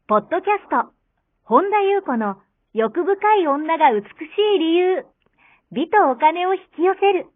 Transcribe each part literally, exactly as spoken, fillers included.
ポッドキャスト、本田裕子の欲深い女が美しい理由、美とお金を引き寄せる。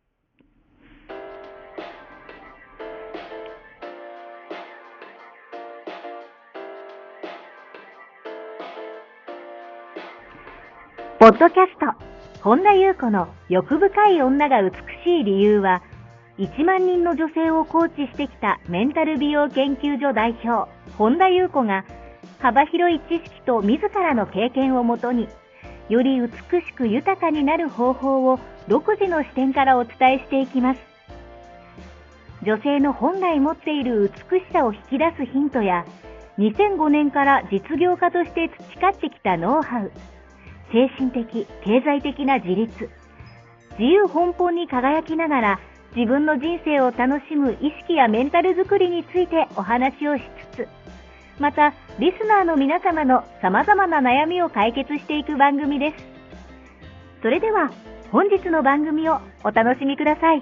ポッドキャスト、本田裕子の欲深い女が美しい理由は、いちまんにんの女性をコーチしてきたメンタル美容研究所代表、本田裕子が、幅広い知識と自らの経験をもとに、より美しく豊かになる方法を独自の視点からお伝えしていきます。女性の本来持っている美しさを引き出すヒントや、にせんごねんから実業家として培ってきたノウハウ、精神的、経済的な自立、自由奔放に輝きながら自分の人生を楽しむ意識やメンタルづくりについてお話をしつつ、またリスナーの皆様の様々な悩みを解決していく番組です。それでは本日の番組をお楽しみください。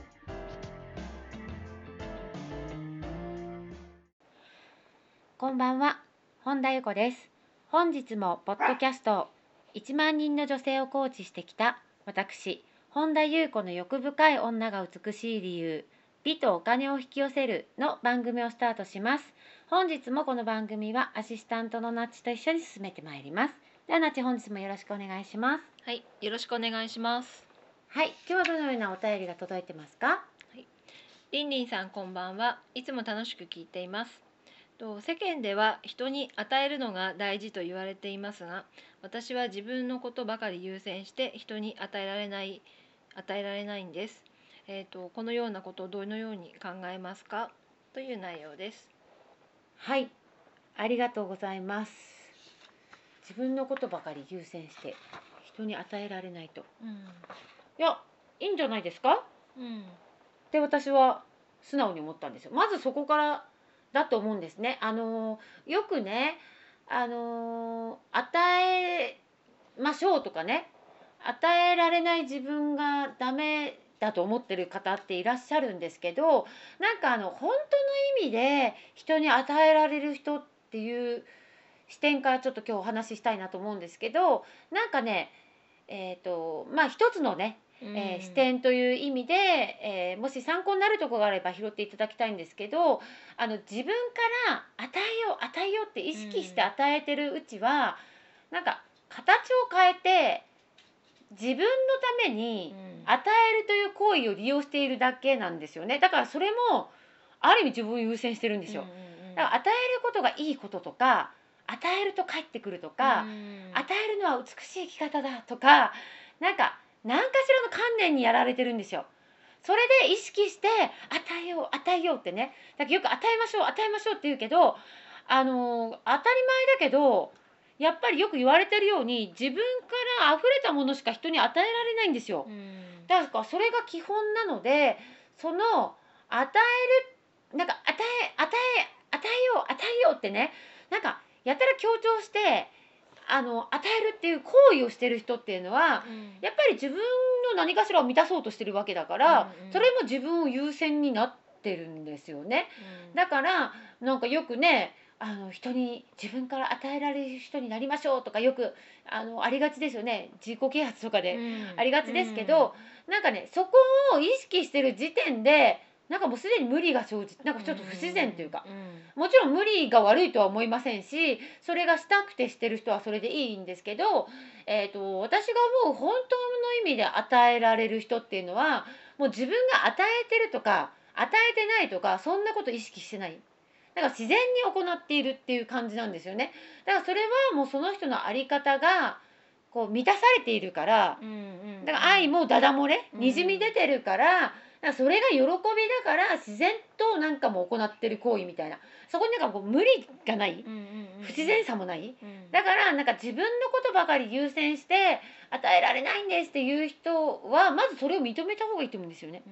こんばんは、本田裕子です。本日もポッドキャストいちまんにんの女性をコーチしてきた私、本田裕子の欲深い女が美しい理由、美とお金を引き寄せるの番組をスタートします。本日もこの番組はアシスタントのナッチと一緒に進めてまいります。ではナッチ、本日もよろしくお願いします。 はい、よろしくお願いします。 はい、今日はどのようなお便りが届いてますか？はい、 りんりんさん、こんばんは。いつも楽しく聞いています。と世間では人に与えるのが大事と言われていますが、私は自分のことばかり優先して人に与えられない与えられないんです。えーと、このようなことをどのように考えますかという内容です。 はい、ありがとうございます。自分のことばかり優先して人に与えられないと、うん、いや、いいんじゃないですか、うん、って私は素直に思ったんですよ。まずそこからだと思うんですね。あのよくね、あの与えましょうとかね、与えられない自分がダメだと思ってる方っていらっしゃるんですけど、なんかあの本当の意味で人に与えられる人っていう視点からちょっと今日お話ししたいなと思うんですけど、なんかね、えーとまあ一つのね、えー、視点という意味で、えー、もし参考になるところがあれば拾っていただきたいんですけど、あの自分から与えよう与えようって意識して与えてるうちは、なんか形を変えて自分のために与えるという行為を利用しているだけなんですよね。だからそれもある意味自分を優先してるんですよ。だから与えることがいいこととか、与えると返ってくるとか、与えるのは美しい生き方だとか、なんか何かしらの観念にやられてるんですよ。それで意識して与えよう与えようってね、だからよく与えましょう与えましょうって言うけど、あの当たり前だけど、やっぱりよく言われてるように自分から溢れたものしか人に与えられないんですよ。だからそれが基本なので、その与える、なんか与え与え与えよう与えようってね、なんかやたら強調してあの与えるっていう行為をしてる人っていうのは、うん、やっぱり自分の何かしらを満たそうとしてるわけだから、うんうん、それも自分を優先になってるんですよね。うん、だからなんかよくね、あの人に自分から与えられる人になりましょうとかよく あのありがちですよね。自己啓発とかでありがちですけど、うん、なんかね、そこを意識してる時点でなんかもうすでに無理が生じて、なんかちょっと不自然というか、うん、もちろん無理が悪いとは思いませんし、それがしたくてしてる人はそれでいいんですけど、えーと、私が思う本当の意味で与えられる人っていうのは、もう自分が与えてるとか与えてないとか、そんなこと意識してない。だから自然に行っているっていう感じなんですよね。だからそれはもうその人の在り方がこう満たされているから、うんうんうん、だから愛もダダ漏れにじみ出てるから、だからそれが喜びだから自然となんかも行ってる行為みたいな、そこになんかこう無理がない、うんうんうん、不自然さもない、うん、だからなんか自分のことばかり優先して与えられないんですっていう人はまずそれを認めた方がいいと思うんですよね。うん、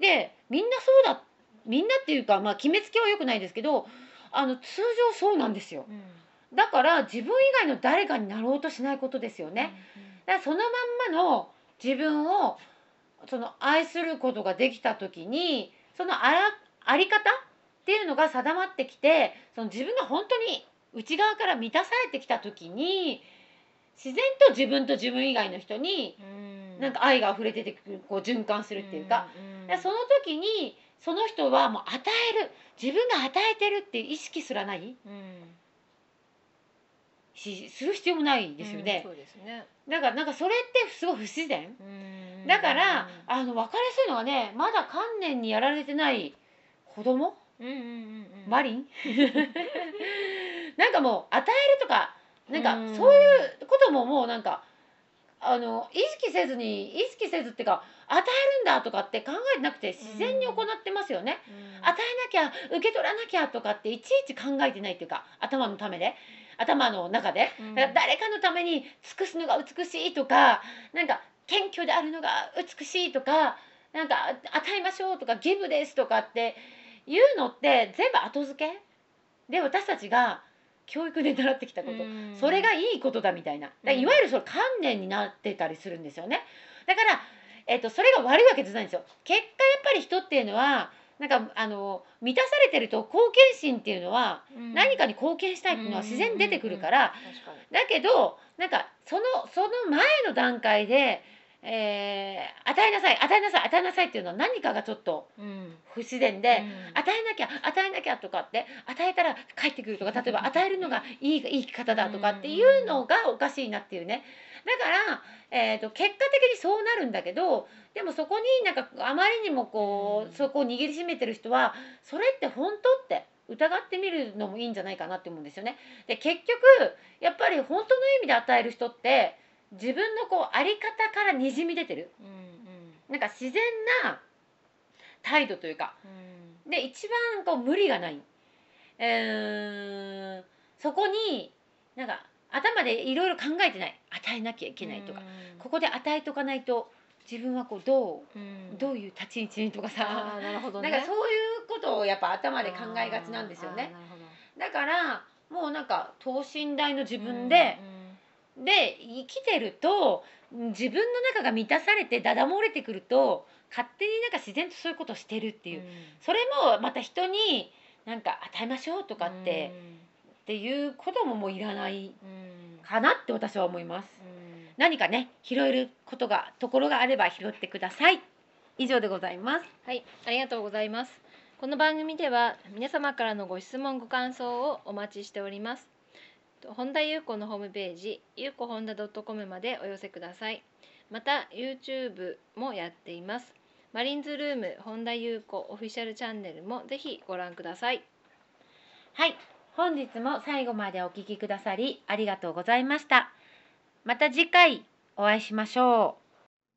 でみんなそうだ、みんなっていうか、まあ、決めつけは良くないですけど、あの通常そうなんですよ。うん、だから自分以外の誰かになろうとしないことですよね。うんうん、だからそのまんまの自分をその愛することができた時に、そのあらあり方っていうのが定まってきて、その自分が本当に内側から満たされてきた時に自然と自分と自分以外の人になんか愛が溢れててくる、こう循環するっていうか、うんうん、その時にその人はもう与える、自分が与えてるっていう意識すらない、うん、しする必要もないですよね。 うん、そうですね。 だからなんかそれってすごい不自然、うん、だからあの分かりやすいのはね、まだ観念にやられてない子供、うんうんうんうん、マリンなんかもう与えるとかなんかそういうことももうなんかあの意識せずに意識せずっていうか与えるんだとかって考えてなくて自然に行ってますよね、うん、与えなきゃ受け取らなきゃとかっていちいち考えてないっていうか、頭のためで頭の中で、うん、誰かのために尽くすのが美しいとか、なんか謙虚であるのが美しいとか、なんか与えましょうとかギブですとかっていうのって全部後付けで私たちが教育で習ってきたこと、それがいいことだみたいな、だいわゆるそれ観念になってたりするんですよね。だから、えーと、それが悪いわけじゃないんですよ。結果やっぱり人っていうのはなんかあの満たされてると貢献心っていうのは、うん、何かに貢献したいっていうのは自然に出てくるから、だけどなんかそのその前の段階でえー、与えなさい与えなさい与えなさいっていうのは何かがちょっと不自然で、うん、与えなきゃ与えなきゃとかって与えたら返ってくるとか、例えば与えるのがいい、いい生き方だとかっていうのがおかしいなっていうね。だから、えーと、結果的にそうなるんだけど、でもそこになんかあまりにもこう、うん、そこを握りしめてる人はそれって本当って疑ってみるのもいいんじゃないかなって思うんですよね。で結局やっぱり本当の意味で与える人って自分のこうあり方からにじみ出てる、うんうん、なんか自然な態度というか、うん、で一番こう無理がない、えー、そこになんか頭でいろいろ考えてない、与えなきゃいけないとか、うん、ここで与えとかないと自分はこうどう、うん、どういう立ち位置にとかさ、 あ、なるほどね、 なんかそういうことをやっぱ頭で考えがちなんですよね。だからもうなんか等身大の自分で、うんうんで生きてると自分の中が満たされてダダ漏れてくると勝手になんか自然とそういうことをしてるっていう、うん、それもまた人になんか与えましょうとかって、うん、っていうことももういらないかなって私は思います、うん、何かね拾えることがところがあれば拾ってください。以上でございます。 はい、ありがとうございます。この番組では皆様からのご質問ご感想をお待ちしております。本田裕子のホームページゆうこ本田 .com までお寄せください。また YouTube もやっています。マリンズルーム本田裕子オフィシャルチャンネルもぜひご覧ください。 はい、本日も最後までお聞きくださりありがとうございました。また次回お会いしましょう。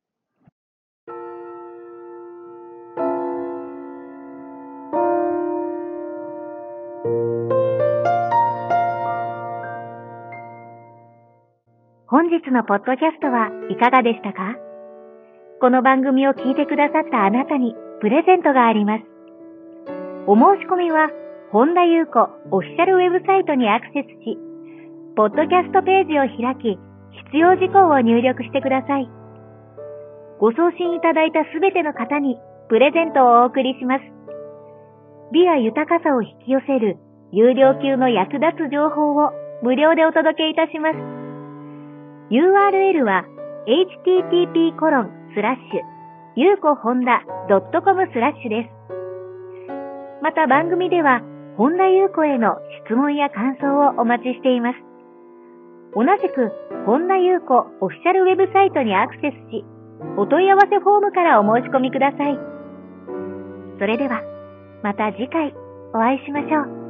本日のポッドキャストはいかがでしたか？この番組を聞いてくださったあなたにプレゼントがあります。お申し込みは本田裕子オフィシャルウェブサイトにアクセスし、ポッドキャストページを開き、必要事項を入力してください。ご送信いただいたすべての方にプレゼントをお送りします。美や豊かさを引き寄せる有料級の役立つ情報を無料でお届けいたします。ユーアールエル は エイチティーティーピーコロンスラッシュゆうこほんだ ドットコム スラッシュです。また番組では本田裕子への質問や感想をお待ちしています。同じく本田裕子オフィシャルウェブサイトにアクセスし、お問い合わせフォームからお申し込みください。それではまた次回お会いしましょう。